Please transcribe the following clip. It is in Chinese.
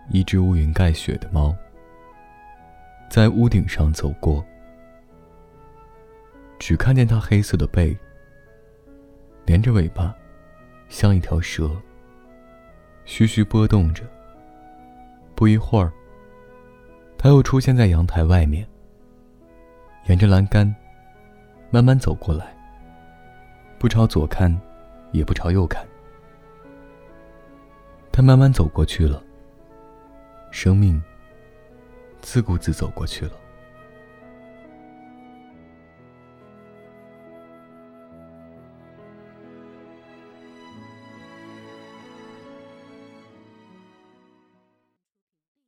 一只乌云盖雪的猫，在屋顶上走过，只看见它黑色的背，连着尾巴，像一条蛇，徐徐波动着。不一会儿，它又出现在阳台外面，沿着栏杆慢慢走过来，不朝左看，也不朝右看。它慢慢走过去了，生命自顾自走过去了。